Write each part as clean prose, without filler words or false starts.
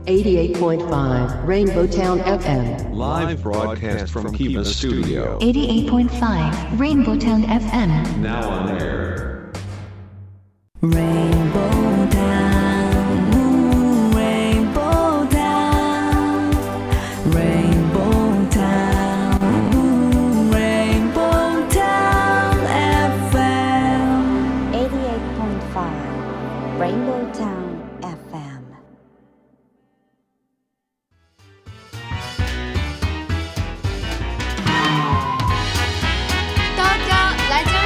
88.5 Rainbow Town FM. Live broadcast from Kiva Studio. 88.5 Rainbow Town FM. Now on air. Rainbow Town, Rainbow Town, Rainbow Town, Rainbow Town FM. 88.5 Rainbow Town FM。 東京ラジオ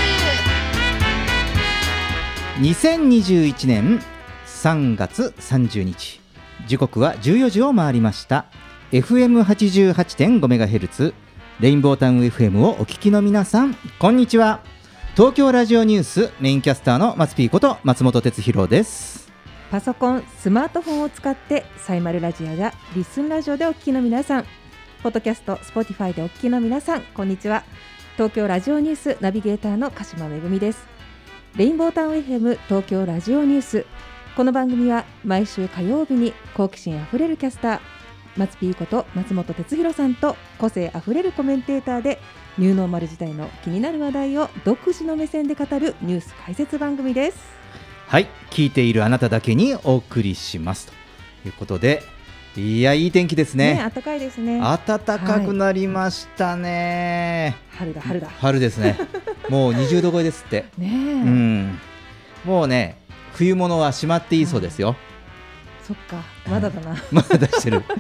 ニュース。 2021年3月30日、時刻は14時を回りました。 FM88.5MHz レインボータウン FM をお聞きの皆さん、こんにちは。東京ラジオニュースメインキャスターの松Pこと松本哲弘です。 パソコン、スマートフォンを使ってサイマルラジオやリッスンラジオでお聞きの皆さん、ポッドキャスト、スポティファイでお聞きの皆さん、こんにちは。東京ラジオニュースナビゲーターの鹿島めぐみです。レインボータウン FM 東京ラジオニュース、この番組は毎週火曜日に好奇心あふれるキャスター松Pこと松本哲弘さんと個性あふれるコメンテーターでニューノーマル時代の気になる話題を独自の目線で語るニュース解説番組です。 はい、聞いているあなただけにお送りしますということで、いや、いい天気ですね。 暖かいですね。 暖かくなりましたね、 はい、春だ春ですねもう20度超えですってねえ、 うん、もうね、冬物はしまっていいそうですよ。 そっか、まだだな、 まだ出してる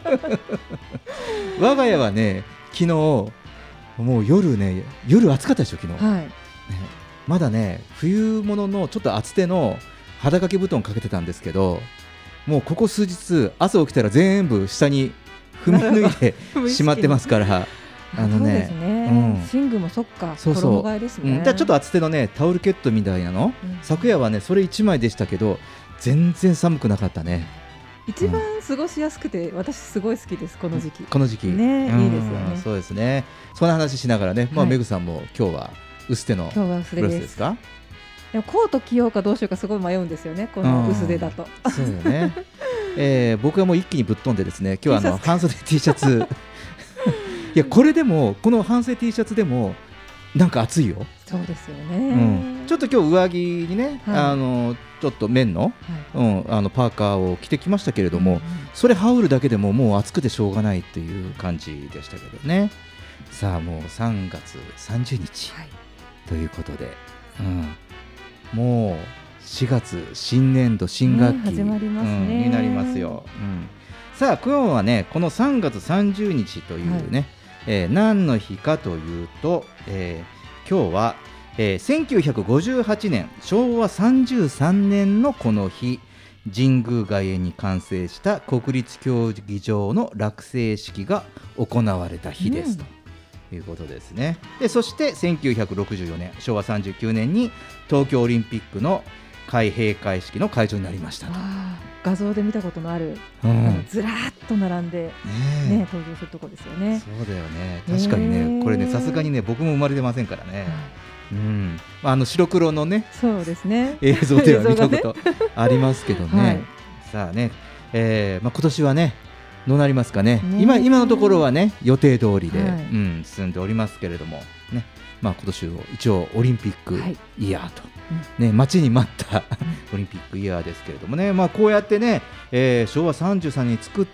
我が家はね、昨日もう夜暑かったでしょ昨日、 はい、 ね、まだね、冬物のちょっと厚手の肌掛け布団かけてたんですけど、もうここ数日朝起きたら全部下に踏み脱いでしまってますからそうですね、寝具もそっか、 そう衣替えですね、 じゃあちょっと厚手のねタオルケットみたいなの、昨夜はねそれ1枚でしたけど全然寒くなかったね。 一番過ごしやすくて、私すごい好きです、この時期。 この時期ね、いいですよね。 そうですね。そんな話しながらね、めぐさんも今日は薄手のブラスですか？ でもコート着ようかどうしようかすごい迷うんですよね、この薄手だと。 そうよね僕はもう一気にぶっ飛んでですね、今日は半袖 T シャツいや、これでもこの半袖 T シャツでもなんか暑いよ。 そうですよね、 ちょっと今日上着にね、ちょっと綿の、パーカーを着てきましたけれども、それ羽織るだけでももう暑くてしょうがないっていう感じでしたけどね。さあもう3月30日、ということで、もう4月新年度新学期、 始まりますね、 になりますよ、さあ今日はね、この3月30日というね、何の日かというと、今日は、1958年昭和33年のこの日、神宮外苑に完成した国立競技場の落成式が行われた日です、ということですね。でそして1964年昭和39年に東京オリンピックの閉会式の会場になりましたと。 画像で見たことのある、ずらーっと並んで、登場するとこですよね。 そうだよね、確かにね、これね、さすがにね僕も生まれてませんからね、白黒のね、 そうですね、 映像では見たことありますけどねさあね、今年はねどうなりますかね。今のところはね予定通りで、進んでおりますけれどもね、今年を一応オリンピックイヤーと、待ちに待ったオリンピックイヤーですけれどもね、こうやってね、昭和33年に作って、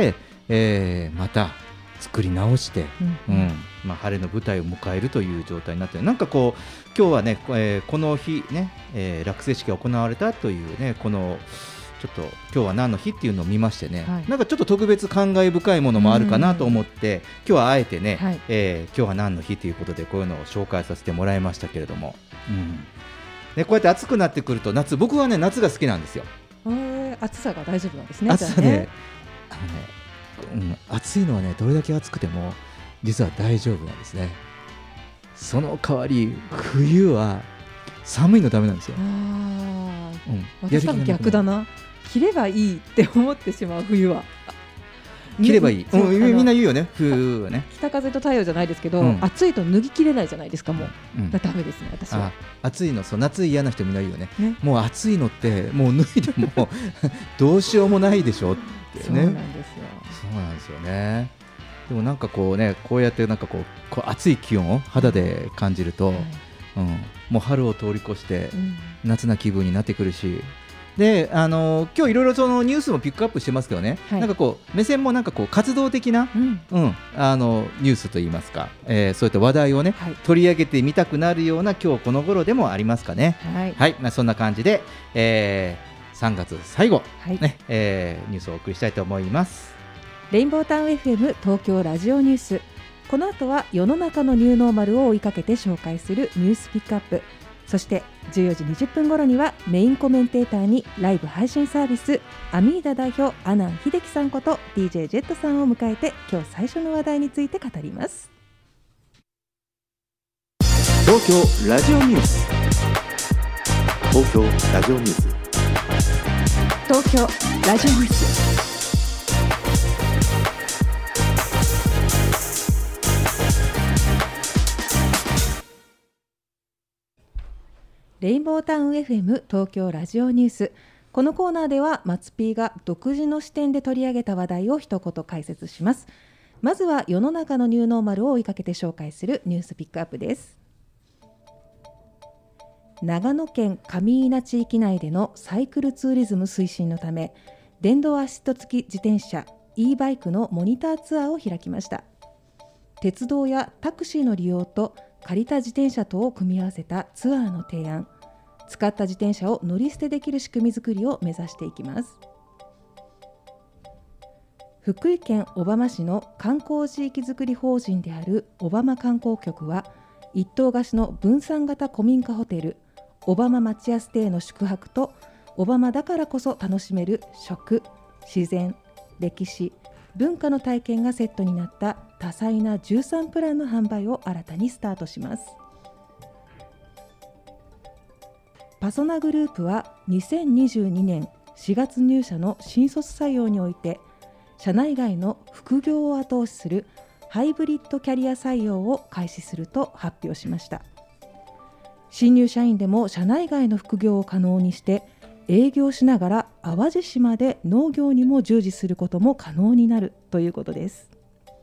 また作り直して、晴れの舞台を迎えるという状態になって、なんかこう今日はね、この日ね、落成式が行われたというね、このちょっと今日は何の日っていうのを見ましてね、なんかちょっと特別感慨深いものもあるかなと思って、今日はあえてね、今日は何の日ということでこういうのを紹介させてもらいましたけれども、こうやって暑くなってくると僕はね夏が好きなんですよ。 暑さが大丈夫なんですね。 暑さね、暑いのはねどれだけ暑くても実は大丈夫なんですね。その代わり冬は寒いのダメなんですよ。 私多分逆だな。着ればいいって思ってしまう、冬は着ればいい、みんな言うよね、冬はね。 北風と太陽じゃないですけど、暑いと脱ぎきれないじゃないですか、もう、ダメですね、私は。 暑いの、夏嫌な人みんな言うよね。もう暑いのってもう脱いでもどうしようもないでしょっっていうね。 そうなんですよ。 そうなんですよね。でもなんかこうね、こうやってなんかこう暑い気温を肌で感じると、もう春を通り越して夏な気分になってくるし、で今日いろいろそのニュースもピックアップしてますけどね、なんかこう目線もなんかこう活動的な、ニュースといいますか、そういった話題をね、取り上げてみたくなるような今日この頃でもありますかね。はい、そんな感じで、3月最後、ニュースをお送りしたいと思います。 レインボータウン FM 東京ラジオニュース。この後は世の中のニューノーマルを追いかけて紹介するニュースピックアップ。そして14時20分頃にはメインコメンテーターにライブ配信サービスアミーダ代表阿南秀樹さんこと DJ ジェットさんを迎えて今日最初の話題について語ります。 東京ラジオニュース。 東京ラジオニュース。 東京ラジオニュース。レインボータウン FM 東京ラジオニュース。このコーナーでは松 P が独自の視点で取り上げた話題を一言解説します。まずは世の中のニューノーマルを追いかけて紹介するニュースピックアップです。長野県上伊那地域内でのサイクルツーリズム推進のため、電動アシスト付き自転車 e バイクのモニターツアーを開きました。鉄道やタクシーの利用と借りた自転車とを組み合わせたツアーの提案、使った自転車を乗り捨てできる仕組み作りを目指していきます。福井県小浜市の観光地域づくり法人である小浜観光局は、一棟貸しの分散型古民家ホテル小浜町屋ステイの宿泊と、小浜だからこそ楽しめる食、自然、歴史、文化の体験がセットになった多彩な13プランの販売を新たにスタートします。パソナグループは2022年4月入社の新卒採用において、社内外の副業を後押しするハイブリッドキャリア採用を開始すると発表しました。新入社員でも社内外の副業を可能にして、営業しながら淡路島で農業にも従事することも可能になるということです。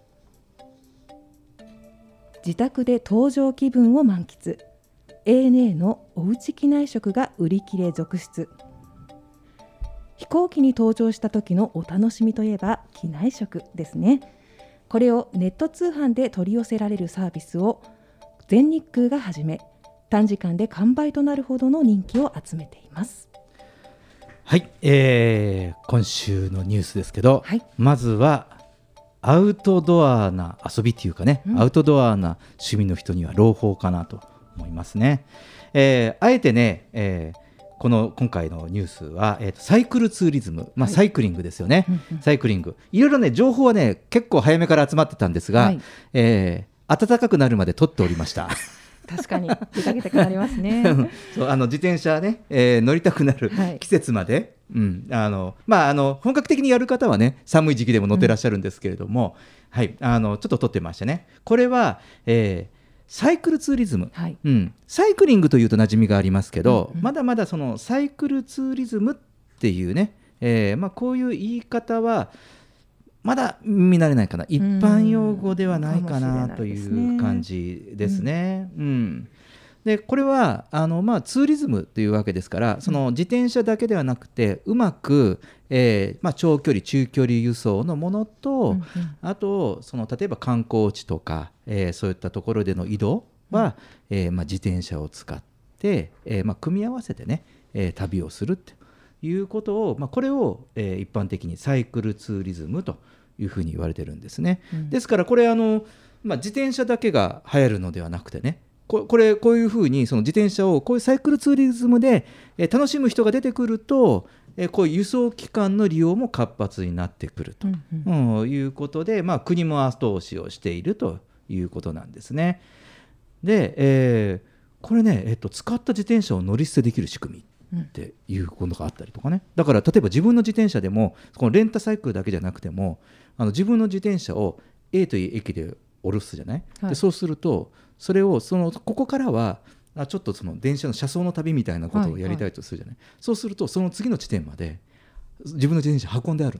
自宅で搭乗気分を満喫。ANA のおうち機内食が売り切れ続出。飛行機に搭乗した時のお楽しみといえば機内食ですね。これをネット通販で取り寄せられるサービスを全日空が始め、短時間で完売となるほどの人気を集めています。 はい、今週のニュースですけど、まずはアウトドアな遊びっていうかね、アウトドアな趣味の人には朗報かなと思いますね。あえてね、今回のニュースは、サイクルツーリズム、サイクリングですよね。サイクリング、いろいろね情報はね結構早めから集まってたんですが、暖かくなるまで撮っておりました。 確かに出かけたくなりますね。 そう自転車ね、乗りたくなる季節まで、本格的にやる方はね寒い時期でも乗ってらっしゃるんですけれども、ちょっと撮ってましたね。これは、サイクルツーリズム、サイクリングというと馴染みがありますけど、まだまだそのサイクルツーリズムっていうね、こういう言い方はまだ見慣れないかな、一般用語ではないかなという感じですね。でこれはツーリズムというわけですから、その自転車だけではなくてうまく、長距離中距離輸送のものと、あと例えば観光地とか、そういったところでの移動は、自転車を使って、組み合わせてね、旅をするということを、これを、一般的にサイクルツーリズムというふうに言われてるんですね。ですからこれ自転車だけが流行るのではなくてね、こういうふうにその自転車をこういうサイクルツーリズムで、楽しむ人が出てくると、こういう輸送機関の利用も活発になってくると、いうことで、国も後押しをしているということなんですね。で、これね、使った自転車を乗り捨てできる仕組みっていうことがあったりとかね。だから例えば自分の自転車でもこのレンタサイクルだけじゃなくても、自分の自転車を A という駅で降ろすじゃない、でそうするとそれをここからはちょっとその電車の車窓の旅みたいなことをやりたいとするじゃない、そうするとその次の地点まで自分の自転車運んであるんですよ。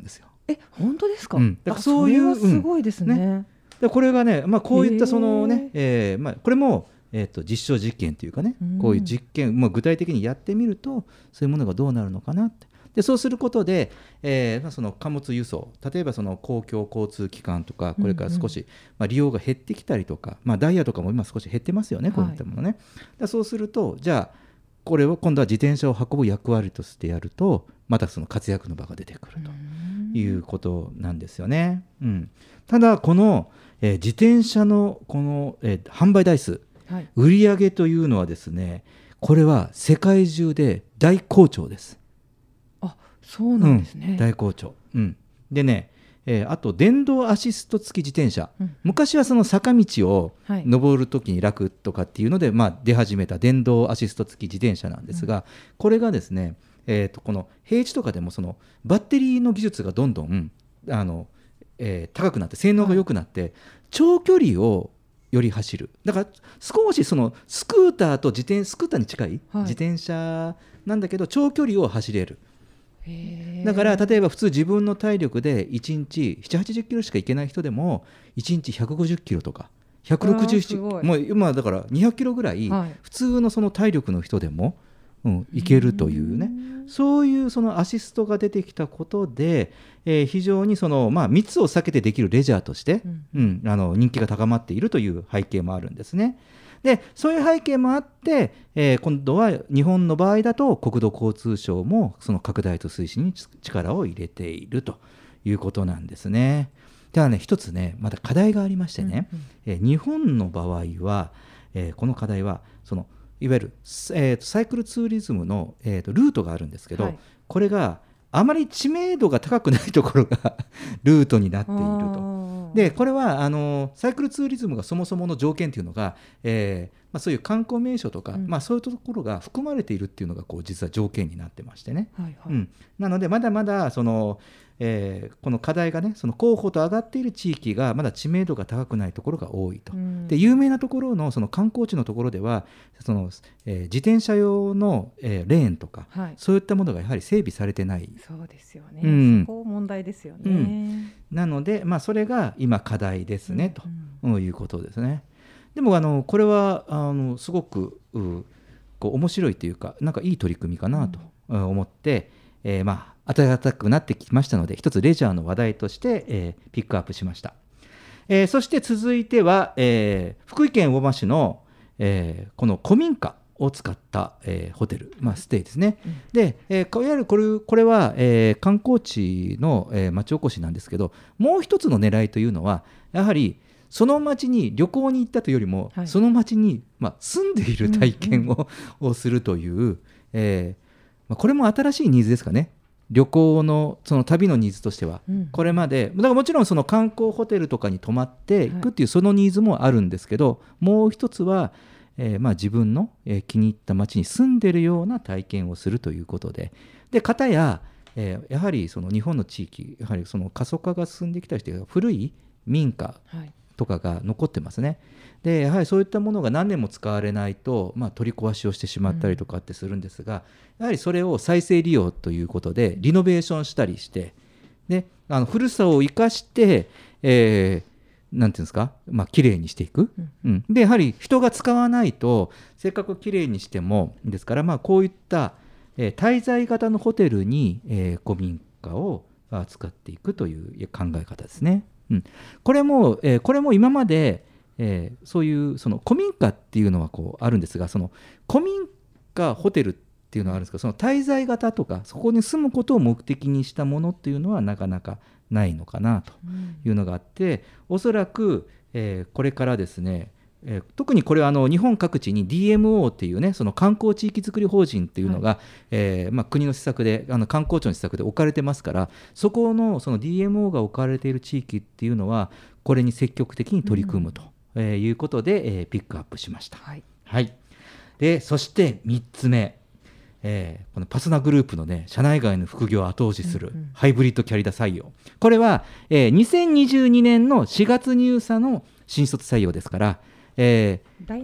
本当ですか。 だからそういうそれはすごいですね。 でこれがね、こういったそのね、これも、実証実験というかね、こういう実験、具体的にやってみるとそういうものがどうなるのかなって。でそうすることで、その貨物輸送、例えばその公共交通機関とかこれから少し、利用が減ってきたりとか、ダイヤとかも今少し減ってますよね、こういったものね。でそうするとじゃあこれを今度は自転車を運ぶ役割としてやるとまたその活躍の場が出てくるということなんですよね。ただこの、自転車のこの、販売台数、売上というのはですね、これは世界中で大好調です。 そうなんですね。 大好調。でね、あと電動アシスト付き自転車、昔はその坂道を登るときに楽とかっていうので、出始めた電動アシスト付き自転車なんですが、これがですね、この平地とかでもそのバッテリーの技術がどんどん高くなって性能が良くなって、長距離をより走る。だから少しそのスクーターに近い自転車なんだけど長距離を走れる。だから例えば普通自分の体力で1日780キロしか行けない人でも1日150キロとか167、もう今だから200キロぐらい普通のその体力の人でもいけるというね、そういうそのアシストが出てきたことで、非常にその密を避けてできるレジャーとして、人気が高まっているという背景もあるんですね。でそういう背景もあって、今度は日本の場合だと国土交通省もその拡大と推進に力を入れているということなんですね。ただね、一つねまだ課題がありましてね、日本の場合は、この課題はそのいわゆる、サイクルツーリズムの、ルートがあるんですけど、これがあまり知名度が高くないところがルートになっていると。でこれはサイクルツーリズムがそもそもの条件というのが、そういう観光名所とか、そういうところが含まれているっていうのが実は条件になってましてね、なのでまだまだその、この課題がねその候補と上がっている地域がまだ知名度が高くないところが多いと。で有名なところのその観光地のところではその、自転車用の、レーンとか、そういったものがやはり整備されてない。 そうですよね、そこ問題ですよね。 なので、それが今課題ですね、ということですね。でもこれはすごく面白いというかなんかいい取り組みかなと思って、暖かくなってきましたので一つレジャーの話題として、ピックアップしました。そして続いては、福井県小浜市の、この古民家を使った、ホテル、ステイですね。で、いわゆるこれは、観光地の、町おこしなんですけど、もう一つの狙いというのはやはりその町に旅行に行ったというよりも、その町に、住んでいる体験をするという、これも新しいニーズですかね。旅行のその旅のニーズとしては、これまでだからもちろんその観光ホテルとかに泊まっていくっていうそのニーズもあるんですけど、もう一つは、自分の、気に入った町に住んでいるような体験をするということで、片や、やはりその日本の地域やはりその過疎化が進んできたりして古い民家とかが残ってますね。でやはりそういったものが何年も使われないと、取り壊しをしてしまったりとかってするんですが、やはりそれを再生利用ということでリノベーションしたりして、で古さを生かして、なんていうんですか、きれいにしていく、でやはり人が使わないとせっかくきれいにしてもですから、こういった、滞在型のホテルに、古民家を使っていくという考え方ですね。これも今まで、そういうその古民家っていうのはあるんですが、その古民家ホテルっていうのはあるんですが、その滞在型とかそこに住むことを目的にしたものっていうのはなかなかないのかなというのがあって、おそらく、これからですね、特にこれは日本各地に DMO っていうねその観光地域づくり法人っていうのが、国の施策で観光庁の施策で置かれてますから、そこのその DMO が置かれている地域っていうのはこれに積極的に取り組むということで、ピックアップしました。でそして3つ目、このパスナグループのね社内外の副業を後押しするハイブリッドキャリア採用、これは、2022年の4月入社の新卒採用ですから、来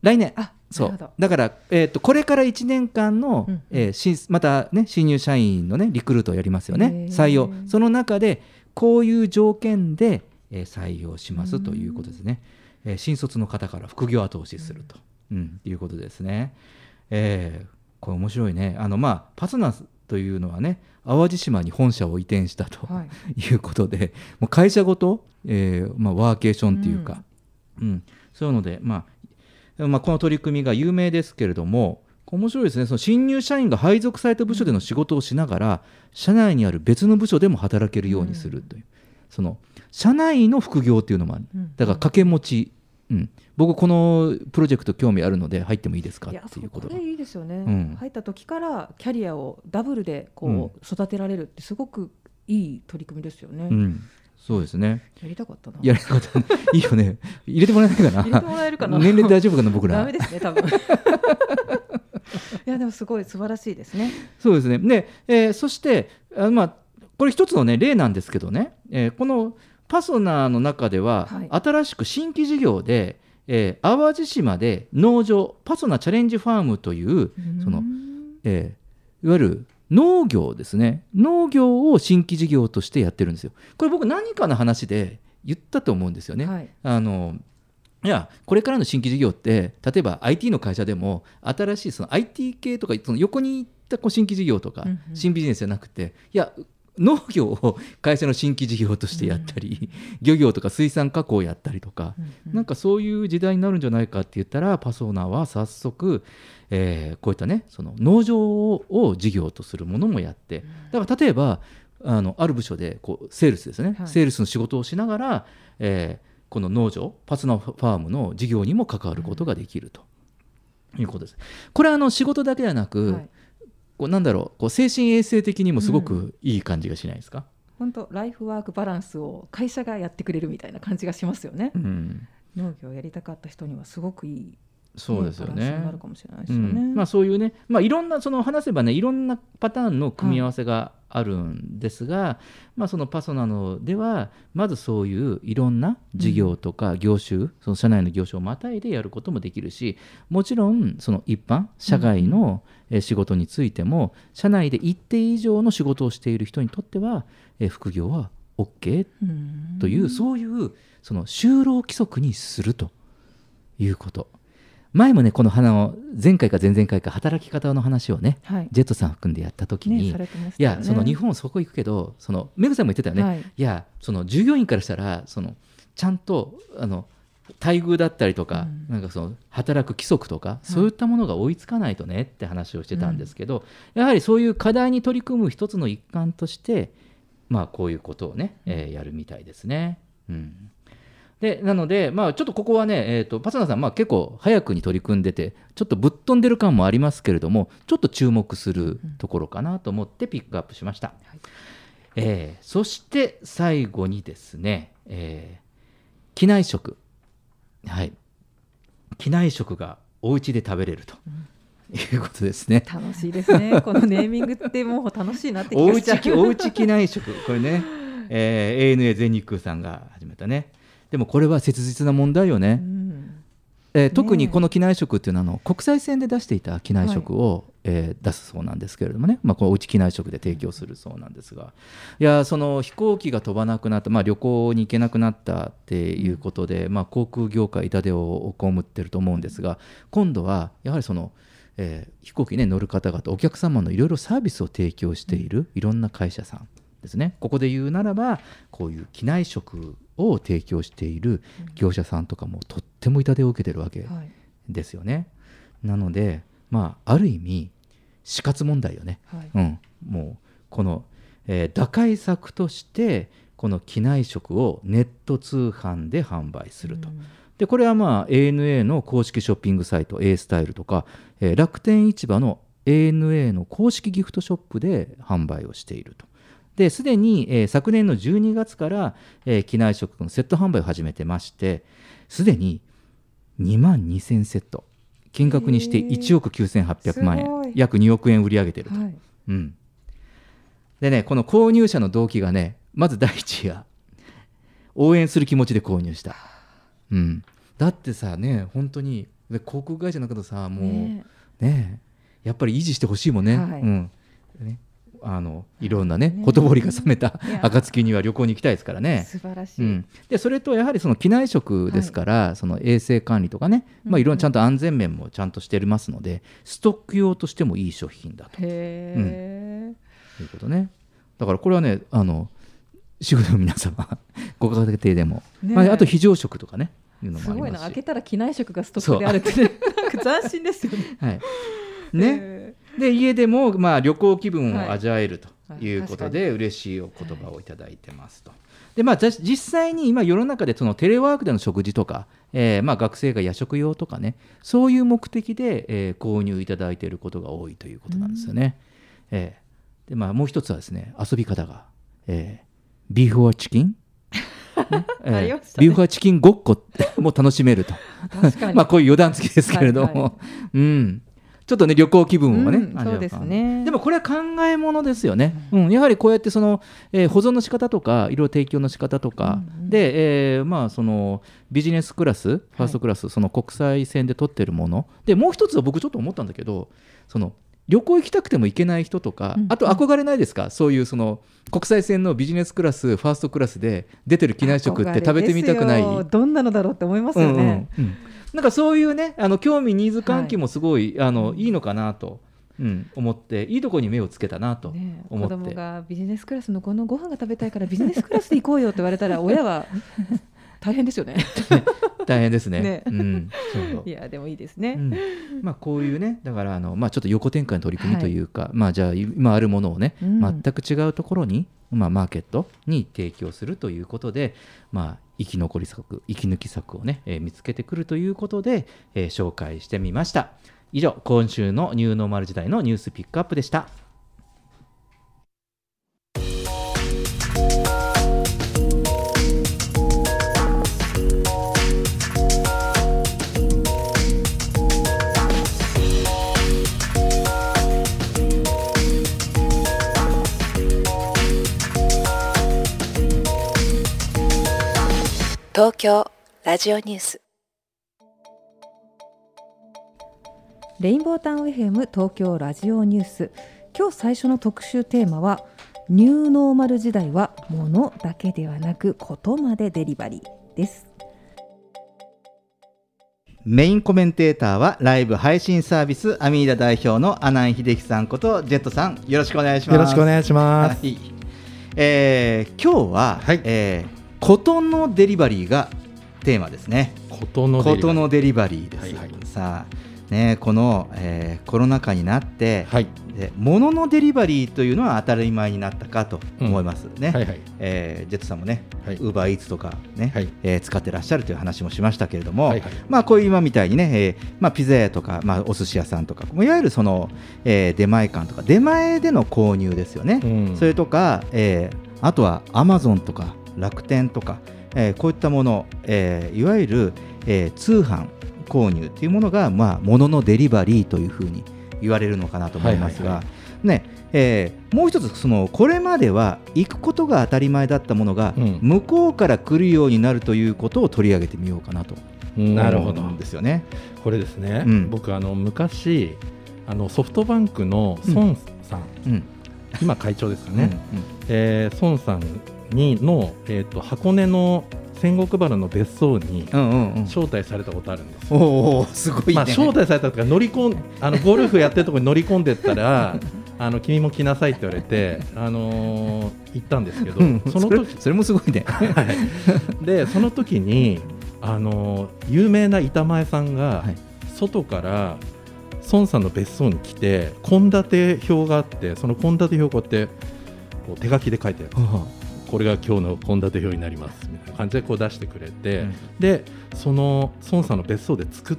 来年あ、 そうなるほど。 だから、これから1年間の、 うんまたね新入社員のねリクルートをやりますよね、 へー採用。その中でこういう条件で、採用しますということですね。新卒の方から副業後押しすると、いうことですね。これ面白いね。パスナというのはね淡路島に本社を移転したと、いうことで、もう会社ごと、ワーケーションというか、そういうので、この取り組みが有名ですけれども、面白いですね。その新入社員が配属された部署での仕事をしながら、社内にある別の部署でも働けるようにするという、その社内の副業っていうのもある。だから掛け持ち、僕このプロジェクト興味あるので入ってもいいですかっていうことが。 これいいですよね、入った時からキャリアをダブルでこう育てられるってすごくいい取り組みですよね。 そうですね。 やりたかったな。 やりたかったいいよね。入れてもらえないかな。 入れてもらえるかな。 年齢大丈夫かな僕ら。 ダメですね多分。いやでもすごい素晴らしいですね。 そうですね。で、そしてこれ一つのね例なんですけどね、このパソナの中では、新しく新規事業で、淡路島で農場パソナチャレンジファームというその、いわゆる農業ですね。農業を新規事業としてやってるんですよ。これ僕何かの話で言ったと思うんですよね。いやこれからの新規事業って例えば IT の会社でも新しいその IT 系とかその横に行った新規事業とか新ビジネスじゃなくて、いや農業を会社の新規事業としてやったり、漁業とか水産加工をやったりとか、なんかそういう時代になるんじゃないかって言ったら、パソナは早速、こういったねその農場を事業とするものもやって、だから例えばある部署でこうセールスですね、セールスの仕事をしながら、この農場パソナファームの事業にも関わることができるということです。これは仕事だけではなく、こう精神衛生的にもすごくいい感じがしないですか。 本当ライフワークバランスを会社がやってくれるみたいな感じがしますよね。農業をやりたかった人にはすごくいい。 そうですよね。 バランスになるかもしれないですよね。 そういうね、いろんな話せばねいろんなパターンの組み合わせがあるんですが、そのパソナのではまずそういういろんな事業とか業種、その社内の業種をまたいでやることもできるし、もちろんその一般社外の仕事についても、社内で一定以上の仕事をしている人にとっては副業は OK という、そういうその就労規則にするということ。前もねこの前回か前々回か働き方の話をね、ジェットさん含んでやった時に、いやその日本そこ行くけど、そのメグさんも言ってたよね、いやその従業員からしたらそのちゃんと待遇だったりとか、なんかその働く規則とか、そういったものが追いつかないとねって話をしてたんですけど、やはりそういう課題に取り組む一つの一環としてこういうことをね、やるみたいですね。でなので、ちょっとここはね、パソナさん、結構早くに取り組んでてちょっとぶっ飛んでる感もありますけれども、ちょっと注目するところかなと思ってピックアップしました。そして最後にですね、機内食、機内食がお家で食べれると、いうことですね。 楽しいですね。このネーミングってもう楽しいなって気がしちゃう。 おうち機内食、これね、ANA 全日空さんが始めたね。でもこれは切実な問題よね。特にこの機内食っていうのは国際線で出していた機内食を、出すそうなんですけれどもね、このおうち機内食で提供するそうなんですが、いやその飛行機が飛ばなくなった、旅行に行けなくなったっていうことで、航空業界痛手を被ってると思うんですが、今度はやはりその、飛行機ね乗る方々、お客様のいろいろサービスを提供しているいろんな会社さんですね。ここで言うならばこういう機内食を提供している業者さんとかもとっても痛手を受けてるわけですよね。なのである意味死活問題よね。もうこの、打開策としてこの機内食をネット通販で販売すると。でこれはANA の公式ショッピングサイト A スタイルとか、楽天市場の ANA の公式ギフトショップで販売をしていると。ですでに、昨年の12月から、機内食のセット販売を始めてまして、すでに22,000セット、金額にして1億9,800万円、約2億円売り上げていると。でね、この購入者の動機がね、まず第一が応援する気持ちで購入した。だってさね、本当にで航空会社の方さもうねやっぱり維持してほしいもんね、 はいねいろんなねほとぼりが冷めた暁には旅行に行きたいですからね。 素晴らしい、 でそれとやはりその機内食ですから、その衛生管理とかね、いろいろちゃんと安全面もちゃんとしてますので、ストック用としてもいい商品だということね。だからこれはね主婦の皆様ご家庭でも、あと非常食とかねいうのもありますし、 すごいな、開けたら機内食がストックであるってね斬新ですよね。 はいねで家でも旅行気分を味わえるということで、嬉しいお言葉をいただいてますと。で実際に今世の中でそのテレワークでの食事とか、学生が夜食用とかねそういう目的で、購入いただいていることが多いということなんですよね。でもう一つはですね遊び方が、ビーフ・オア・チキンビーフ・オア・チキンごっこも楽しめると確かにこういう余談付きですけれども、ちょっとね旅行気分をね、 そうですね。 でもこれは考えものですよね、やはりこうやってその、保存の仕方とか色々提供の仕方とか、で、そのビジネスクラスファーストクラス、その国際線で取ってるもので、もう一つは僕ちょっと思ったんだけど、その旅行行きたくても行けない人とか、あと憧れないですか、そういうその国際線のビジネスクラスファーストクラスで出てる機内食って食べてみたくない？ どんなのだろうって思いますよね。 なんかそういうね興味ニーズ喚起もすごい、いいのかなと、思っていいところに目をつけたなと思って、 子供がビジネスクラスのこのご飯が食べたいからビジネスクラスで行こうよって言われたら親は大変ですよね。 大変ですね。 いやでもいいですね。 こういうねだからちょっと横展開の取り組みというか、じゃあ今あるものをね、全く違うところに、マーケットに提供するということで、生き抜き策をね、見つけてくるということで、紹介してみました。以上今週のニューノーマル時代のニュースピックアップでした。 東京ラジオニュースレインボータウン FM 東京ラジオニュース、今日最初の特集テーマはニューノーマル時代は物だけではなくことまでデリバリーです。 メインコメンテーターはライブ配信サービスアミーダ代表の阿南秀樹さんことジェットさん、よろしくお願いします。 よろしくお願いします。 今日は、ことのデリバリーがテーマですね。ことのデリバリーです、さあ、ね、この、コロナ禍になって、で物のデリバリーというのは当たり前になったかと思いますね。ジェットさんもね、ウーバーイーツとかね、使ってらっしゃるという話もしましたけれども、こういう今みたいにね、ピザ屋とか、お寿司屋さんとかいわゆるその、出前館とか出前での購入ですよね、それとか、あとはアマゾンとか楽天とか、こういったもの、いわゆる、通販購入というものが、物のデリバリーというふうに言われるのかなと思いますが、もう一つこれまでは行くことが当たり前だったものが、向こうから来るようになるということを取り上げてみようかなと思うんですよね。 これですね、僕昔ソフトバンクの孫さん、今会長ですかね、孫さんの、箱根の仙石原の別荘に招待されたことあるんですよ。 おー、すごいね。 招待されたとかゴルフやってるところに乗り込んでったら君も来なさいって言われて、行ったんですけど、その時それもすごいね。 でその時に有名な板前さんが外から孫さんの別荘に来て献立表があって、その献立表をこうやってこう手書きで書いてある、これが今日の献立表になりますみたいな感じでこう出してくれて、でその孫さんの別荘で作って、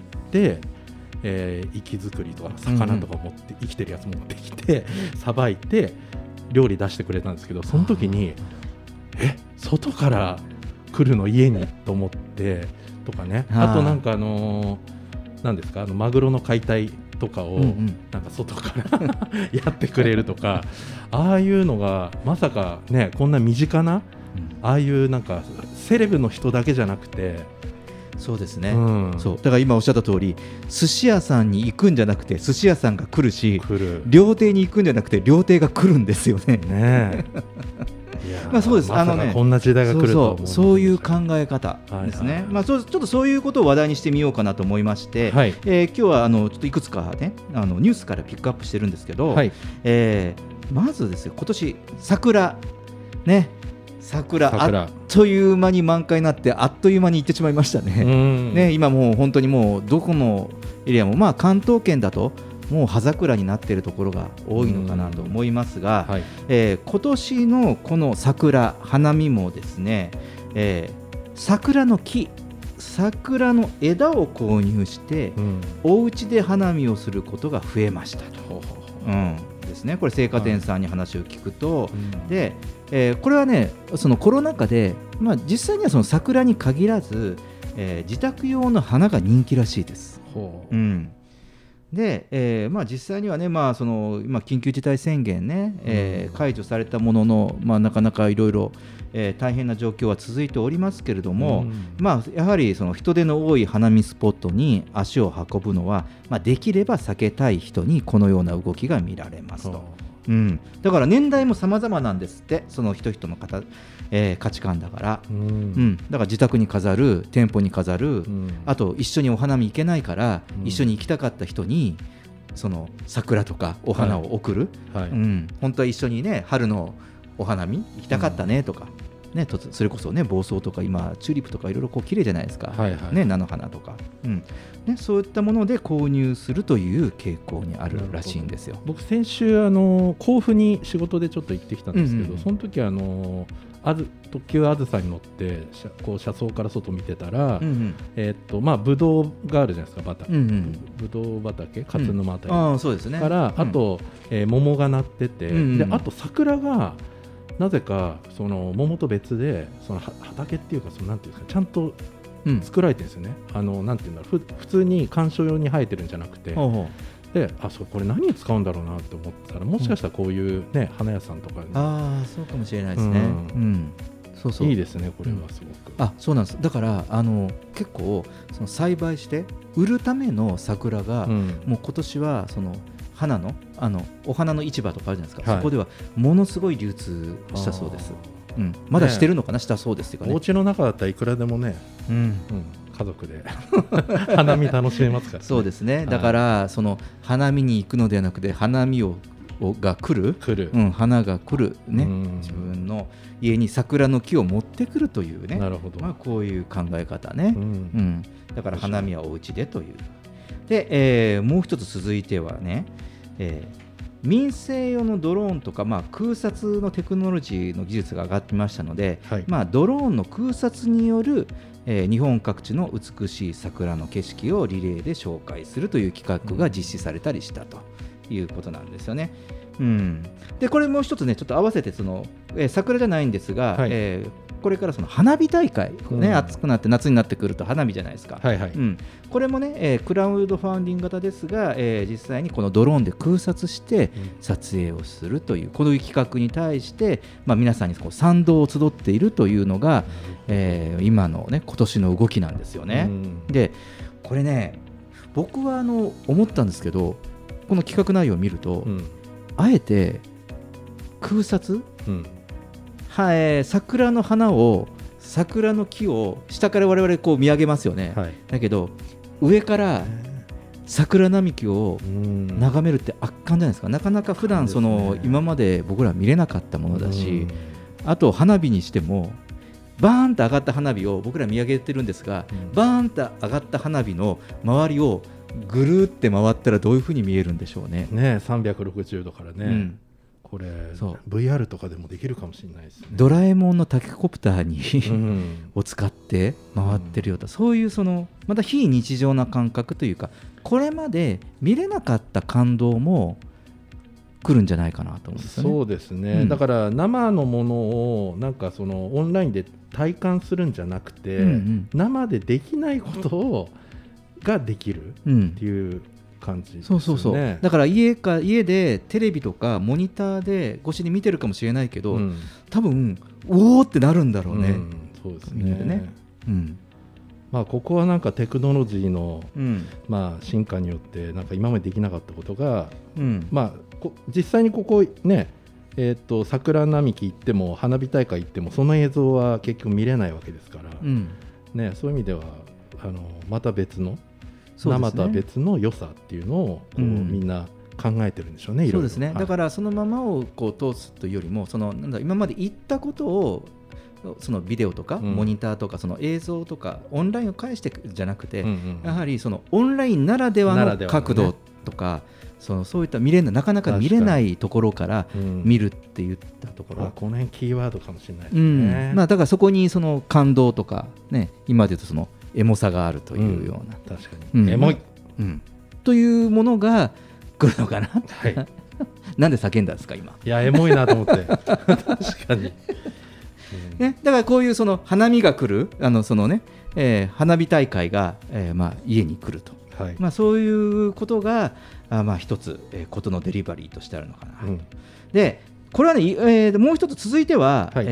活き作りとか魚とか持って、生きてるやつ持ってきてさばいて料理出してくれたんですけど、その時に外から来るの家にと思ってとかね、あとなんかなんですか、マグロの解体とかをなんか外からやってくれるとか、ああいうのがまさかね、こんな身近なああいうなんかセレブの人だけじゃなくてそうですね、 うんそうだから今おっしゃった通り寿司屋さんに行くんじゃなくて寿司屋さんが来るし来る料亭に行くんじゃなくて料亭が来るんですよね。 ねいやまあそうですまさかこんな時代が来るとは思そういう考え方ですね、 はいはいまあ、ちょっとそういうことを話題にしてみようかなと思いまして、 はい今日はちょっといくつかねニュースからピックアップしてるんですけど、 はいまずですよ今年桜ね桜桜あっという間に満開になってあっという間に行ってしまいましたね。 うんね今もう本当にもうどこのエリアもまあ関東圏だともう葉桜になっているところが多いのかなと思いますが、 はい今年のこの桜花見もですね、桜の木桜の枝を購入して、 うんお家で花見をすることが増えましたと、 ほうほうほうですね、これ青果店さんに話を聞くと、 うんでこれはねそのコロナ禍で、まあ、実際にはその桜に限らず、自宅用の花が人気らしいです。 ほうんでまあ、実際にはね、まあ、その今緊急事態宣言ね、解除されたものの、まあ、なかなかいろいろ大変な状況は続いておりますけれども、まあ、やはりその人出の多い花見スポットに足を運ぶのは、まあ、できれば避けたい人にこのような動きが見られますと。だから年代も様々なんですってその人々の価値観だから、だから自宅に飾る店舗に飾る、あと一緒にお花見行けないから、一緒に行きたかった人にその桜とかお花を送る、本当は一緒にね春のお花見行きたかったねとか、ね、それこそね房総とか今チューリップとかいろいろこう綺麗じゃないですか、ね、菜の花とか、ね、そういったもので購入するという傾向にあるらしいんですよ。 僕先週甲府に仕事でちょっと行ってきたんですけど、その時特急あずさに乗ってこう車窓から外見てたら、まあブドウがあるじゃないですかブドウ畑勝沼あたり、 そうですね、 からあと、桃がなってて、であと桜がなぜかその桃と別でその畑っていうかそのなんていうんですかちゃんと作られてるんですよね。なんていうんだろう普通に観賞用に生えてるんじゃなくて、でこれ何に使うんだろうなと思ったらもしかしたらこういう、ね花屋さんとかにそうかもしれないですね。そうそういいですねこれはすごく、 そうなんです。だから結構その栽培して売るための桜が、もう今年はその花のお花の市場とかあるじゃないですか、そこではものすごい流通したそうです。まだしてるのかな、したそうですよね。 お家の中だったらいくらでもね、家族で花見楽しめますから、ね、 そうですね。だからその花見に行くのではなくて花見が来る、花が来るね、自分の家に桜の木を持ってくるというね、 なるほど、 まあ、こういう考え方ね、だから花見はお家でというで、もう一つ続いてはね、民生用のドローンとか、まあ、空撮のテクノロジーの技術が上がってましたので、まあ、ドローンの空撮による、日本各地の美しい桜の景色をリレーで紹介するという企画が実施されたりしたということなんですよね。でこれもう一つねちょっと合わせてその、桜じゃないんですが、これからその花火大会、暑くなって夏になってくると花火じゃないですか、これもね、クラウドファンディング型ですが、実際にこのドローンで空撮して撮影をするという、この企画に対して、まあ、皆さんにこう賛同を集っているというのが、今のね今年の動きなんですよね。でこれね僕は思ったんですけどこの企画内容を見ると、あえて空撮、桜の花を桜の木を下から我々こう見上げますよね、だけど上から桜並木を眺めるって圧巻じゃないですか。なかなか普段その今まで僕ら見れなかったものだし、あと花火にしてもバーンと上がった花火を僕ら見上げてるんですが、バーンと上がった花火の周りをぐるって回ったらどういうふうに見えるんでしょうね。 360度からね、これ VR とかでもできるかもしれないですね。 ドラえもんのタケコプターにを使って回ってるような、そういうそのまた非日常な感覚というか、これまで見れなかった感動も来るんじゃないかなと思うんですよね。 そうですね、だから生のものをなんかそのオンラインで体感するんじゃなくて、生でできないことができるっていう感じですね。 そうだから家でテレビとかモニターで越しに見てるかもしれないけど、多分おーってなるんだろうね。 そうですね。 まあ、ここはなんかテクノロジーの、 うんまあ、進化によってなんか今までできなかったことが、 うんまあ、実際にここね、桜並木行っても花火大会行ってもその映像は結局見れないわけですから、 うんね、そういう意味ではまた別の、 そうですね生とは別の良さっていうのをこう、みんな考えてるんでしょうね。いろいろそうですね、だからそのままをこう通すというよりもなんだ今まで言ったことをそのビデオとかモニターとかその映像とかオンラインを介してじゃなくて、やはりそのオンラインならではの角度とか、そういったなかなか見れないところから見るって言ったところ、 この辺キーワードかもしれないですね。 まあ、だからそこにその感動とか、ね、今で言うとそのエモさがあるというような、 確かに、エモい、 というものが来るのかな、 はい、 なんで叫んだんですか今。 いやエモいなと思って確かにね、だからこういうその花見が来る花火大会が、まあ、家に来ると、はいまあ、そういうことがまあ、一つ、ことのデリバリーとしてあるのかな、でこれはね、もう一つ続いては、はい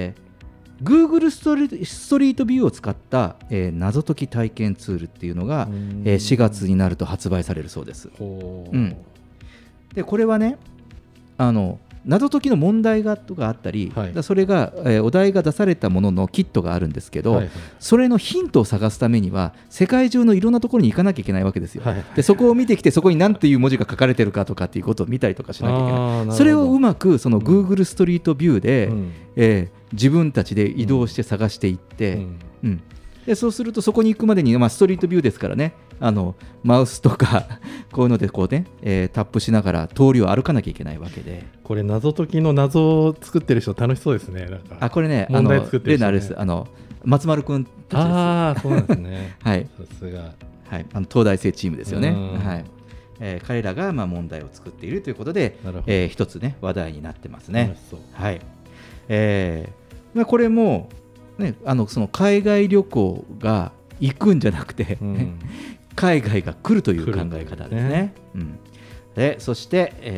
Google ストリートビューを使った、謎解き体験ツールっていうのが、4月になると発売されるそうです。でこれはね謎解きの問題があったり、はい、それが、お題が出されたもののキットがあるんですけど、はいはい、それのヒントを探すためには世界中のいろんなところに行かなきゃいけないわけですよ、はいはい、でそこを見てきてそこに何ていう文字が書かれてるかとかっていうことを見たりとかしなきゃいけない。それをうまくその Google ストリートビューで、自分たちで移動して探していって、でそうするとそこに行くまでに、まあ、ストリートビューですからねマウスとかこういうのでこう、ねタップしながら通りを歩かなきゃいけないわけで、 これ謎解きの謎を作ってる人楽しそうですね。なんかこれね問題作ってる人ね、 例のあれです松丸君たちです。 ああそうなんですねはいさすが、 はい、東大生チームですよね、はい彼らがまあ問題を作っているということで、一つね話題になってますね。はい、これもね、その海外旅行が行くんじゃなくて、海外が来るという考え方ですね。でそして、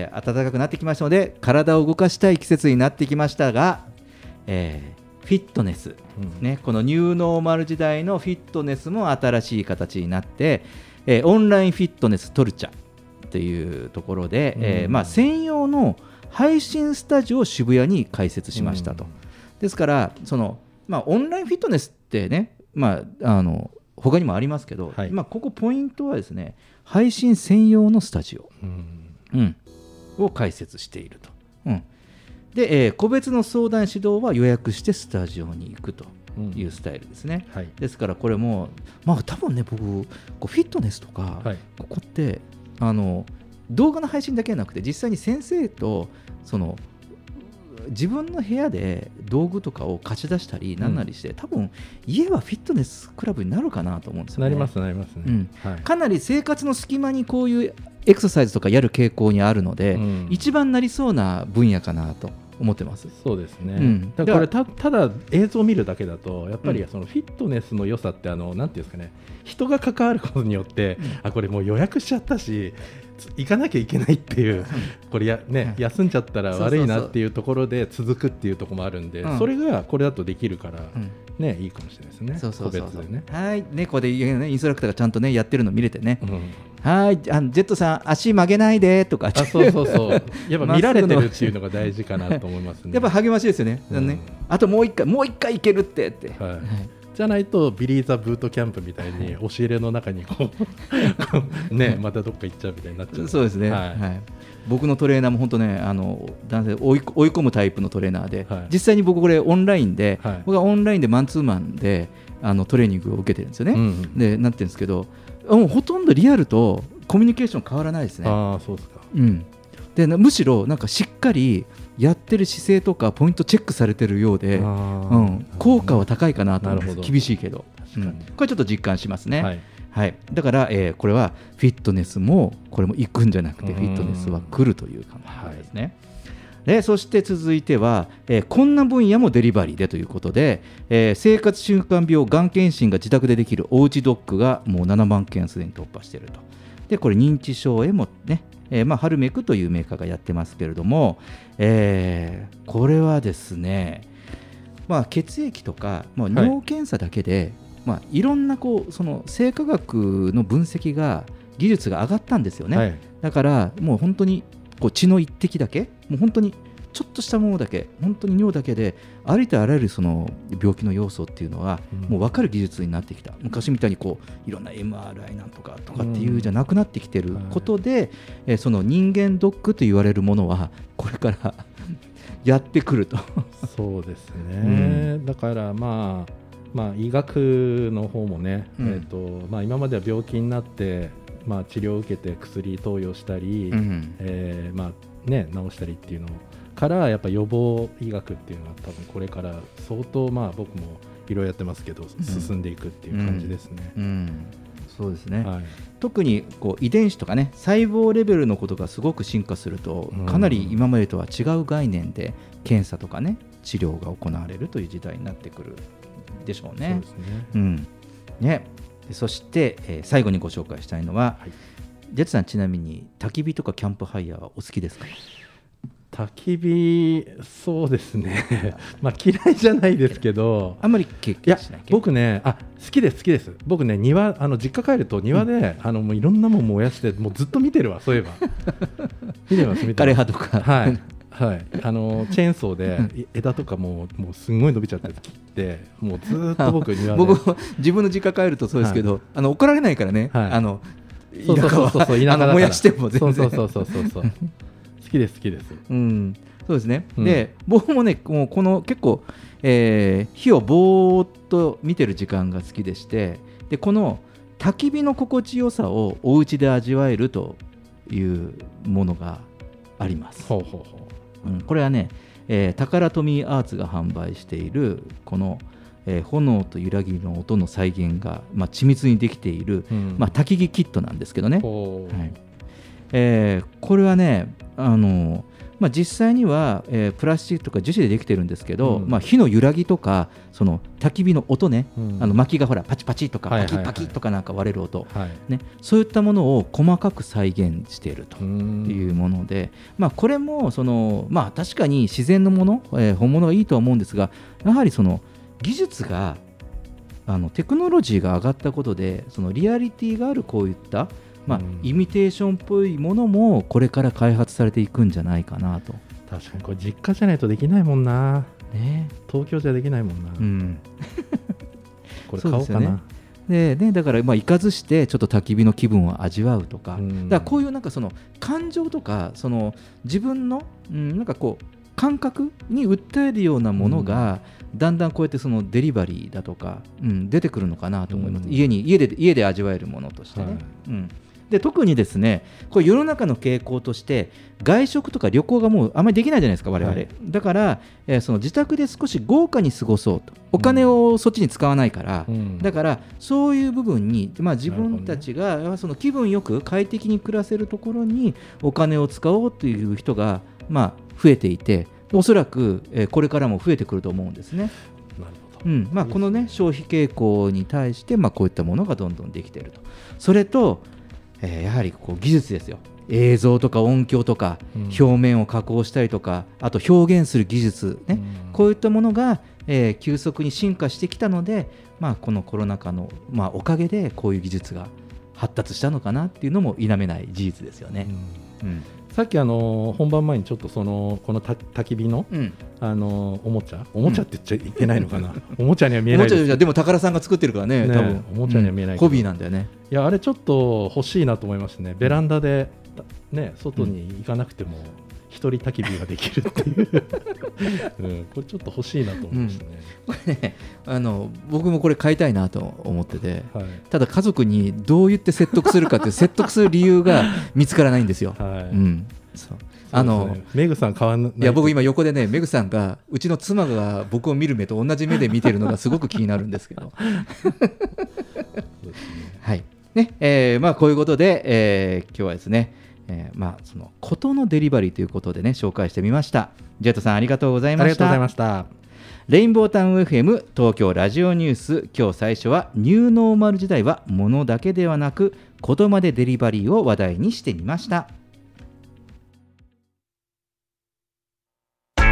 暖かくなってきましたので体を動かしたい季節になってきましたが、フィットネス、ね、このニューノーマル時代のフィットネスも新しい形になって、オンラインフィットネストルチャというところで、まあ、専用の配信スタジオを渋谷に開設しましたと。ですからまあ、オンラインフィットネスってね、まあ、他にもありますけど、まあ、ここポイントはですね配信専用のスタジオ、を開設していると、で、個別の相談指導は予約してスタジオに行くというスタイルですね、ですからこれも、まあ、多分ね僕こうフィットネスとか、ここって動画の配信だけじゃなくて実際に先生と自分の部屋で道具とかを貸し出したりなんなりして、多分家はフィットネスクラブになるかなと思うんですよね。 なりますね、 かなり生活の隙間にこういうエクササイズとかやる傾向にあるので、一番なりそうな分野かなと思ってます。 そうですね、だからこれただ映像を見るだけだとやっぱりそのフィットネスの良さってなんていうんですかね、人が関わることによって、これもう予約しちゃったし行かなきゃいけないっていう、これ休んじゃったら悪いなっていうところで続くっていうところもあるんで、それがこれだとできるから、いいかもしれないですね。個別でね。はいね、ここでインストラクターがちゃんとねやってるの見れてね、はいジェットさん足曲げないでとか、 そうやっぱ見られてるっていうのが大事かなと思いますね。 やっぱ励ましいですよね。あともう一回いけるってじゃないとビリーザブートキャンプみたいに押し入れの中にこうねまたどっか行っちゃうみたいになっちゃう。 そうですね、僕のトレーナーも本当ね男性追い込むタイプのトレーナーで、実際に僕これオンラインで、僕はオンラインでマンツーマンでトレーニングを受けてるんですよね、でなってるんですけどもうほとんどリアルとコミュニケーション変わらないですね。 そうですか。 でむしろなんかしっかりやってる姿勢とかポイントチェックされてるようで、効果は高いかなと思います。厳しいけど、これちょっと実感しますね。だから、これはフィットネスもこれも行くんじゃなくてフィットネスは来るという考えですね。でそして続いては、こんな分野もデリバリーでということで、生活習慣病がん検診が自宅でできるおうちドックがもう7万件すでに突破していると。でこれ認知症へもね、ハルメクというメーカーがやってますけれども、これはですね、血液とか、尿検査だけでいろんなその生化学の分析が技術が上がったんですよね、はい、だからもう本当に血の一滴だけもう本当にちょっとしたものだけ本当に尿だけでありとあらゆるその病気の要素っていうのはもう分かる技術になってきた。昔みたいにいろんな MRI なんとかっていうじゃなくなってきてることで、その人間ドックと言われるものはこれからやってくるとそうですね、だから医学の方もね、今までは病気になって、治療を受けて薬投与したり、治したりっていうのからやっぱ予防医学っていうのは多分これから相当僕もいろいろやってますけど進んでいくっていう感じですね、 そうですね、はい、特に遺伝子とかね細胞レベルのことがすごく進化するとかなり今までとは違う概念で検査とかね治療が行われるという時代になってくるでしょうね。そうですね。そして、最後にご紹介したいのは、ジェットさんちなみに焚き火とかキャンプファイヤーはお好きですか？ 焚き火そうですね嫌いじゃないですけどあんまり経験しない。 僕ね好きです僕ね実家帰ると庭で、もういろんなもん燃やしてもうずっと見てるわ。そういえば見てます枯れ葉とかはいチェーンソーで枝とかもうすんごい伸びちゃって切ってもうずっと僕庭で僕自分の実家帰るとそうですけど、怒られないからね、田舎は燃やしても全然そう好きです、 そうですね、で僕もねもうこの結構、火をぼーっと見てる時間が好きでして、でこの焚き火の心地よさをお家で味わえるというものがあります。これはね、タカラトミーアーツが販売しているこの、炎と揺らぎの音の再現が、緻密にできている、焚き木キットなんですけどね、これはね実際には、プラスチックとか樹脂でできてるんですけど、火の揺らぎとかその焚き火の音ね、薪がほらパチパチとかパキパキとかなんか割れる音、そういったものを細かく再現しているというもので、これも確かに自然のもの、本物がいいとは思うんですが、やはりその技術がテクノロジーが上がったことでそのリアリティがあるこういったイミテーションっぽいものもこれから開発されていくんじゃないかなと。 確かにこれ実家じゃないとできないもんな、東京じゃできないもんな、これ買おうかな。 でだから行かずしてちょっと焚き火の気分を味わうとか、だからこういうなんかその感情とかその自分の、なんかこう感覚に訴えるようなものが、だんだんこうやってそのデリバリーだとか、出てくるのかなと思います、家で味わえるものとしてね、で特にですねこれ世の中の傾向として外食とか旅行がもうあまりできないじゃないですか我々、だから、その自宅で少し豪華に過ごそうと、お金をそっちに使わないから、だからそういう部分に、自分たちがその気分よく快適に暮らせるところにお金を使おうという人が増えていて、おそらく、これからも増えてくると思うんですね。このね消費傾向に対してこういったものがどんどんできていると。それとやはり技術ですよ。映像とか音響とか、表面を加工したりとか、あと表現する技術ね、こういったものが、急速に進化してきたので、このコロナ禍の、おかげでこういう技術が発達したのかなっていうのも否めない事実ですよね。 さっき本番前にちょっとこの焚き火の、おもちゃって言っちゃいけないのかなおもちゃには見えないです。 でも宝さんが作ってるからね、多分おもちゃには見えないけホど、 ビーなんだよね。 いやあれちょっと欲しいなと思いましたね。ベランダでね外に行かなくても一人焚き火ができるっていうこれちょっと欲しいなと思いましたね。 これね僕もこれ買いたいなと思ってて、ただ家族にどう言って説得するかっていう説得する理由が見つからないんですよ。 メグさん買わない。 いや僕今横でねメグさんがうちの妻が僕を見る目と同じ目で見てるのがすごく気になるんですけどはいね、こういうことで、今日はですね、そのことのデリバリーということでね紹介してみました。ジェットさんありがとうございました。 ありがとうございました。 レインボータウン FM 東京ラジオニュース、今日最初はニューノーマル時代は物だけではなく言葉でデリバリーを話題にしてみました。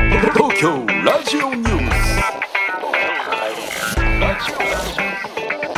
東京ラジオニュース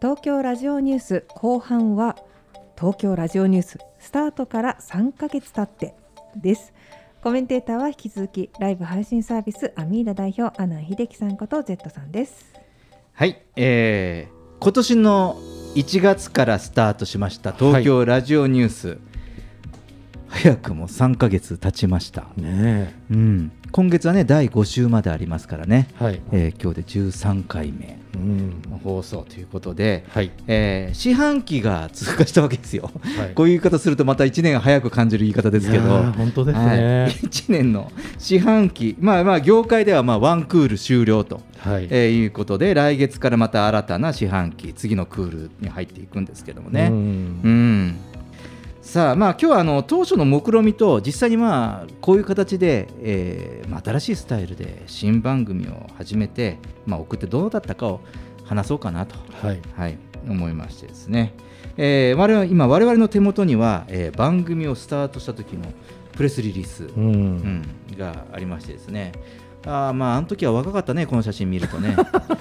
東京ラジオニュース後半は東京ラジオニューススタートから3ヶ月経ってです。コメンテーターは引き続きライブ配信サービスアミーダ代表阿南秀樹さんこと Z さんです。 はい、今年の1月からスタートしました東京ラジオニュース、早くも3ヶ月経ちましたね。今月はね第5週までありますからね、今日で13回目の放送ということで、四半期が通過したわけですよ、こういう言い方するとまた1年早く感じる言い方ですけど、 本当ですね、 1年の四半期、業界ではワンクール終了と、いうことで来月からまた新たな四半期次のクールに入っていくんですけどもね。さあ今日は当初の目論見と実際にこういう形で、新しいスタイルで新番組を始めて、送ってどうだったかを話そうかなと、思いましてですね、今我々の手元には、番組をスタートした時のプレスリリース、がありましてですね、あの時は若かったね、この写真見るとね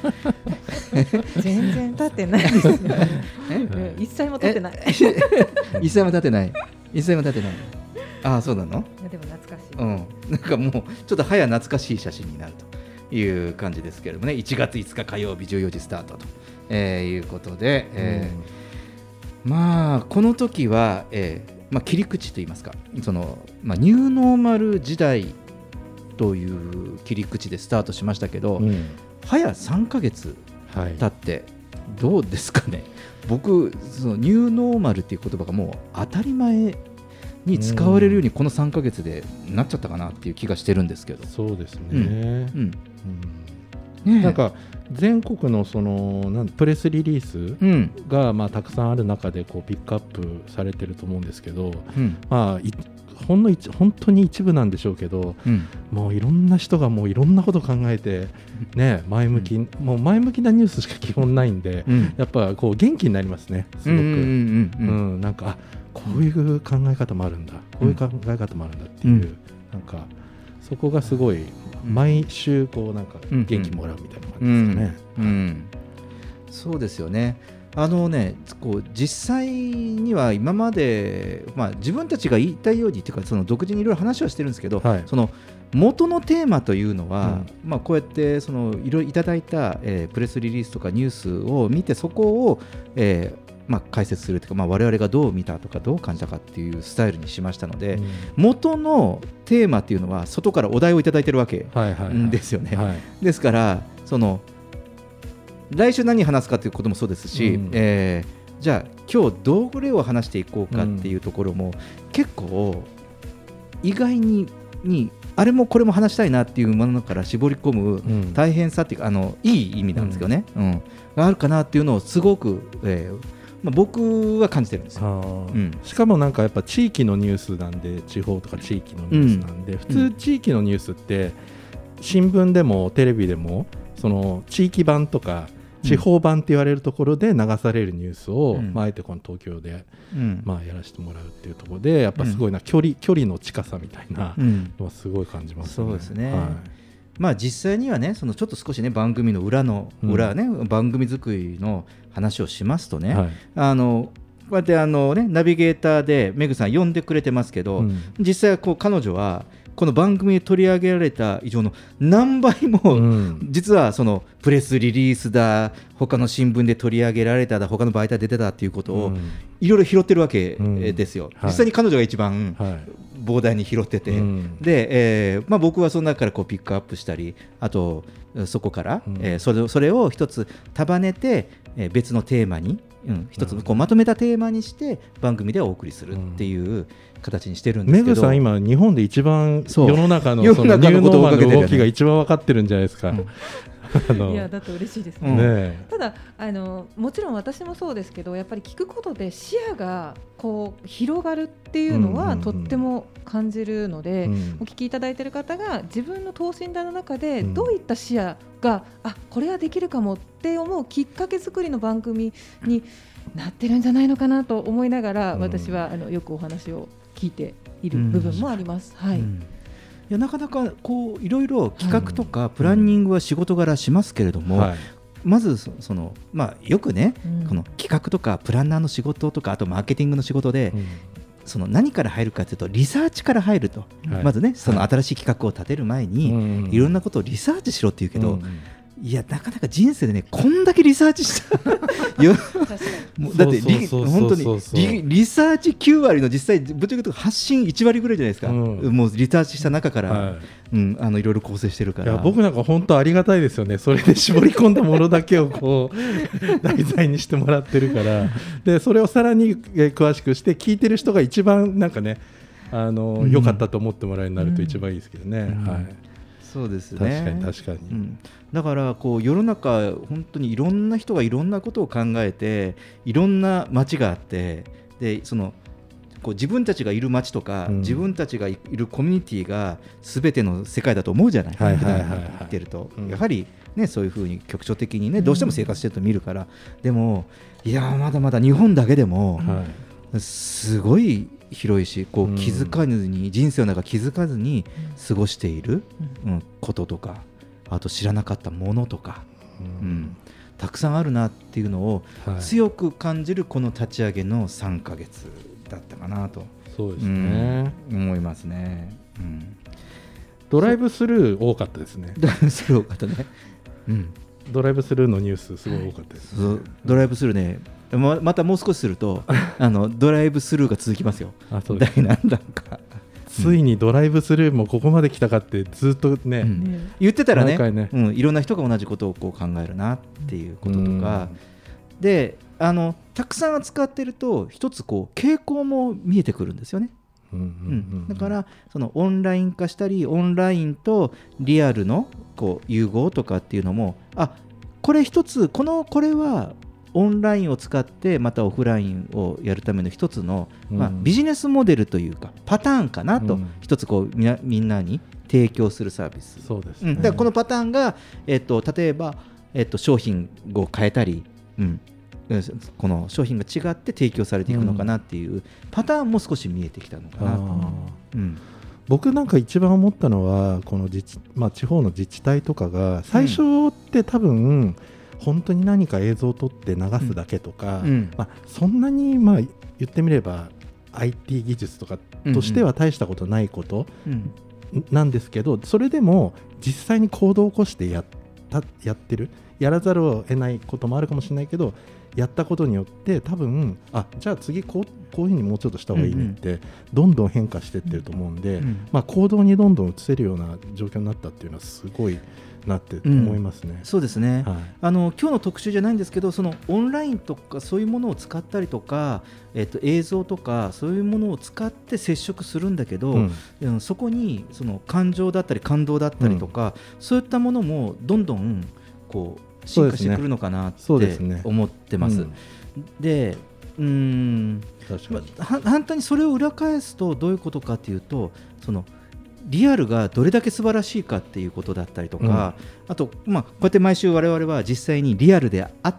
全然経ってないですよ一歳も経ってない一歳も経ってないああそうなの。 でも懐かしい、 なんかもうちょっと早懐かしい写真になるという感じですけれどもね。1月5日火曜日14時スタートと、いうことで、この時は、切り口といいますか、その、ニューノーマル時代という切り口でスタートしましたけど、早3ヶ月経ってどうですかね。僕そのニューノーマルっていう言葉がもう当たり前に使われるようにこの3ヶ月でなっちゃったかなっていう気がしてるんですけど。 そうですね、なんか全国のそのプレスリリースがたくさんある中でこうピックアップされてると思うんですけど、本当に一部なんでしょうけど、もういろんな人がもういろんなこと考えて、前向きなニュースしか基本ないんで、やっぱこう元気になりますね、すごく。なんかこういう考え方もあるんだ、こういう考え方もあるんだっていう、なんかそこがすごい毎週こうなんか元気もらうみたいな感じですかね。 そうですよね。こう実際には今まで、自分たちが言いたいようにというか、その独自にいろいろ話はしてるんですけど、その元のテーマというのは、こうやってそのいろいろいただいた、プレスリリースとかニュースを見て、そこを、解説するというか、我々がどう見たとかどう感じたかっていうスタイルにしましたので、元のテーマっていうのは外からお題をいただいてるわけですよね。ですからその来週何話すかということもそうですし、じゃあ今日どれを話していこうかっていうところも、結構意外にあれもこれも話したいなっていうものから絞り込む大変さっていうか、いい意味なんですけどね、があるかなっていうのをすごく、僕は感じてるんですよ。 しかもなんかやっぱ地域のニュースなんで、地方とか地域のニュースなんで、普通地域のニュースって新聞でもテレビでもその地域版とか地方版って言われるところで流されるニュースを、あえてこの東京で、やらせてもらうっていうところで、やっぱすごいな、距離の近さみたいなのはすごい感じますね。 そうですね。実際にはね、そのちょっと少しね、番組の裏ね、番組作りの話をしますとね、こうやってナビゲーターでメグさん呼んでくれてますけど、実際はこう彼女はこの番組で取り上げられた以上の何倍も、実はそのプレスリリースだ、他の新聞で取り上げられただ、他の媒体で出てたっていうことをいろいろ拾ってるわけですよ。実際に彼女が一番膨大に拾ってて、で、僕はその中からこうピックアップしたり、あとそこから、それを一つ束ねて、別のテーマに、一つこうまとめたテーマにして番組でお送りするっていう形にしてるんですけど、 メグさん今日本で一番世の中のそのニューノーマルの動きが一番分かってるんじゃないですか。 いやだと嬉しいですね。ただもちろん私もそうですけど、やっぱり聞くことで視野がこう広がるっていうのはとっても感じるので、お聞きいただいている方が自分の等身大の中でどういった視野が、これはできるかもって思うきっかけ作りの番組になってるんじゃないのかなと思いながら、私はよくお話を聞いている部分もあります。いやなかなかこういろいろ企画とかプランニングは仕事柄しますけれども、 まずよくね、この企画とかプランナーの仕事とかあとマーケティングの仕事で、その何から入るかというとリサーチから入ると、まずねその新しい企画を立てる前に、いろんなことをリサーチしろって言うけど、いやなかなか人生でねこんだけリサーチしたもうだって本当にリサーチ9割の実際ぶっちゃけ言うと発信1割ぐらいじゃないですか、もうリサーチした中から、いろいろ構成してるから。 いや僕なんか本当ありがたいですよね。それで絞り込んだものだけをこう題材にしてもらってるからでそれをさらに詳しくして聞いてる人が一番なんかね良かったと思ってもらえるようになると一番いいですけどね。 そうですね。 確かに、 だからこう世の中本当にいろんな人がいろんなことを考えていろんな街があって、でこう自分たちがいる街とか、自分たちがいるコミュニティが全ての世界だと思うじゃない、普段言ってると、やはりねそういうふうに局所的にねどうしても生活してると見るから、でもいやまだまだ日本だけでもすごい広いし、こう気づかずに、人生の中気づかずに過ごしている、こととか、あと知らなかったものとか、たくさんあるなっていうのを強く感じるこの立ち上げの3ヶ月だったかなと。 そうですね、 思いますね。 ドライブスルー多かったですね。 ドライブスルー多かったね。 ドライブスルーのニュースすごい多かったです、ね。 ドライブスルーね。またもう少しするとドライブスルーが続きますよ。第何弾か。 ついにドライブスルーもここまで来たかってずっとね、 言ってたらね、いろんな人が同じことをこう考えるなっていうこととか、でたくさん扱ってると一つこう傾向も見えてくるんですよね。だからそのオンライン化したり、オンラインとリアルのこう融合とかっていうのも、これ一つこれはオンラインを使ってまたオフラインをやるための一つの、ビジネスモデルというかパターンかなと、一つこうみんなに提供するサービス。 そうですね。 だからこのパターンが、例えば、商品を変えたり、この商品が違って提供されていくのかなっていうパターンも少し見えてきたのかなと。 僕なんか一番思ったのはこの地方の自治体とかが最初って多分、本当に何か映像を撮って流すだけとか、そんなに言ってみれば IT 技術とかとしては大したことないことなんですけど、それでも実際に行動を起こしてやってる、やらざるを得ないこともあるかもしれないけど、やったことによって多分じゃあ次こういうふうにもうちょっとした方がいいねってどんどん変化していってると思うんで、行動にどんどん移せるような状況になったっていうのはすごいなって思いますね。 そうですね、今日の特集じゃないんですけど、そのオンラインとかそういうものを使ったりとか、映像とかそういうものを使って接触するんだけど、そこにその感情だったり感動だったりとか、そういったものもどんどんこう進化してくるのかなって思ってます。で、反対にそれを裏返すとどういうことかというと、そのリアルがどれだけ素晴らしいかっていうことだったりとか、あと、こうやって毎週我々は実際にリアルであって、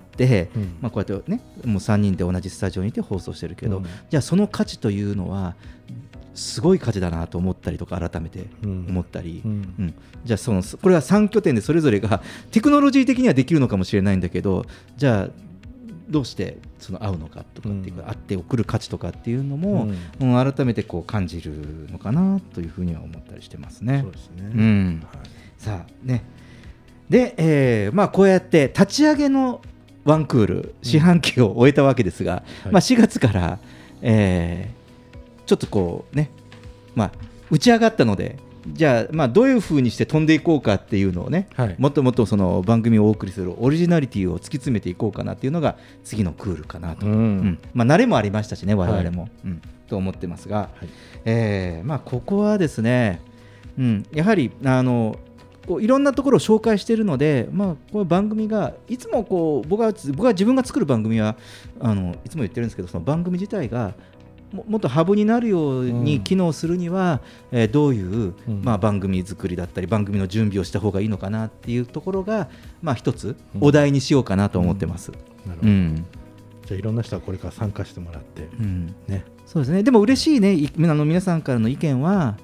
こうやってねもう3人で同じスタジオにいて放送してるけど、じゃあその価値というのはすごい価値だなと思ったりとか、改めて思ったり、じゃあこれは3拠点でそれぞれがテクノロジー的にはできるのかもしれないんだけど、じゃあどうして合うのかとかっていうか、あって送る価値とかっていうのも、改めてこう感じるのかなというふうには思ったりしてますね。 そうですね。 さあね、で、こうやって立ち上げのワンクール四半期を終えたわけですが、4月から、ちょっとこうね、打ち上がったので、じゃあどういうふうにして飛んでいこうかっていうのをね、もっともっとその番組をお送りするオリジナリティを突き詰めていこうかなっていうのが次のクールかなと、慣れもありましたしね我々も、と思ってますが、ここはですね、やはりこういろんなところを紹介しているので、この番組がいつもこう僕は自分が作る番組はいつも言ってるんですけど、その番組自体がもっとハブになるように機能するには、どういう、番組作りだったり番組の準備をした方がいいのかなっていうところが、一つお題にしようかなと思ってます。 なるほど。じゃあいろんな人はこれから参加してもらって、 そうですね。でも嬉しいね、皆さんからの意見は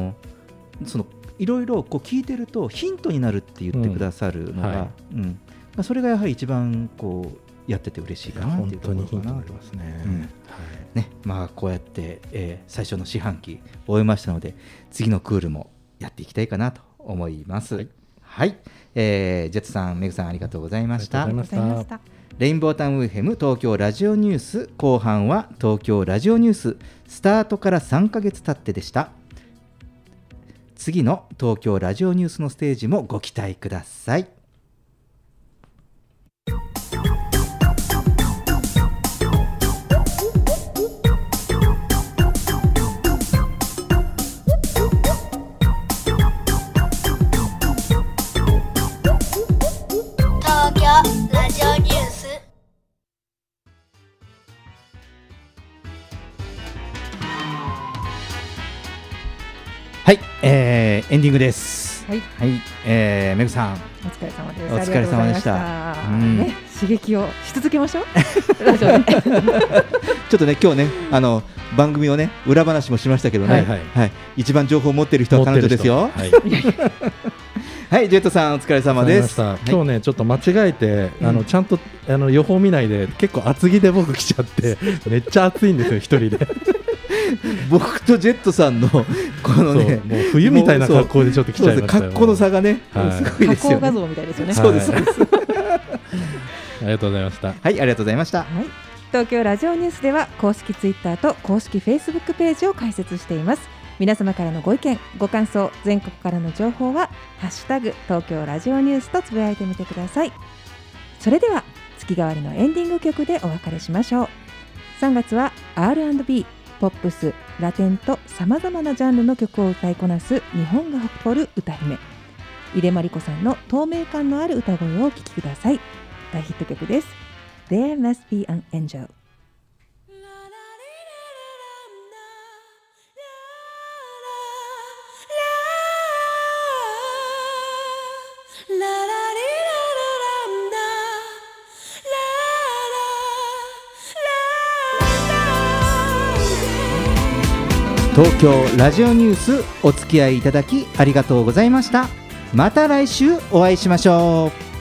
そのいろいろこう聞いてるとヒントになるって言ってくださるのが、 それがやはり一番こうやってて嬉しいかなっていうところかなと。 本当にヒントになりますね。 ね、まあこうやって、最初の四半期終えましたので、次のクールもやっていきたいかなと思います。はい、ジェットさん、メグさん、ありがとうございました。レインボータウンFM東京ラジオニュース、後半は東京ラジオニューススタートから3ヶ月経ってでした。次の東京ラジオニュースのステージもご期待ください。はい、エンディングです。はい、はい、メグさん、 お疲れ様です。 お疲れ様でした。 ね、刺激をし続けましょう。ラジオで。 ちょっとね、今日ね、番組をね、裏話もしましたけどね、はい、一番情報を持っている人は彼女ですよ。はい、はい、ジェットさん、お疲れ様です。 今日ね、ちょっと間違えて、ちゃんと予報見ないで、結構厚着で僕来ちゃって、めっちゃ暑いんですよ、一人で。 僕とジェットさんのこのね、 もう冬みたいな格好でちょっと来ちゃいましたよ。 格好の差がね、すごいですよね。 加工画像みたいですよね。 そうです。ありがとうございました。 はい、ありがとうございました。 東京ラジオニュースでは公式ツイッターと公式フェイスブックページを開設しています。皆様からのご意見、ご感想、全国からの情報はハッシュタグ東京ラジオニュースとつぶやいてみてください。それでは月替わりのエンディング曲でお別れしましょう。3月は R&B、ポップス、ラテンとさまざまなジャンルの曲を歌いこなす日本が誇る歌姫、井出真理子さんの透明感のある歌声をお聴きください。大ヒット曲です。 There must be an angel。 東京ラジオニュース、お付き合いいただきありがとうございました。また来週お会いしましょう。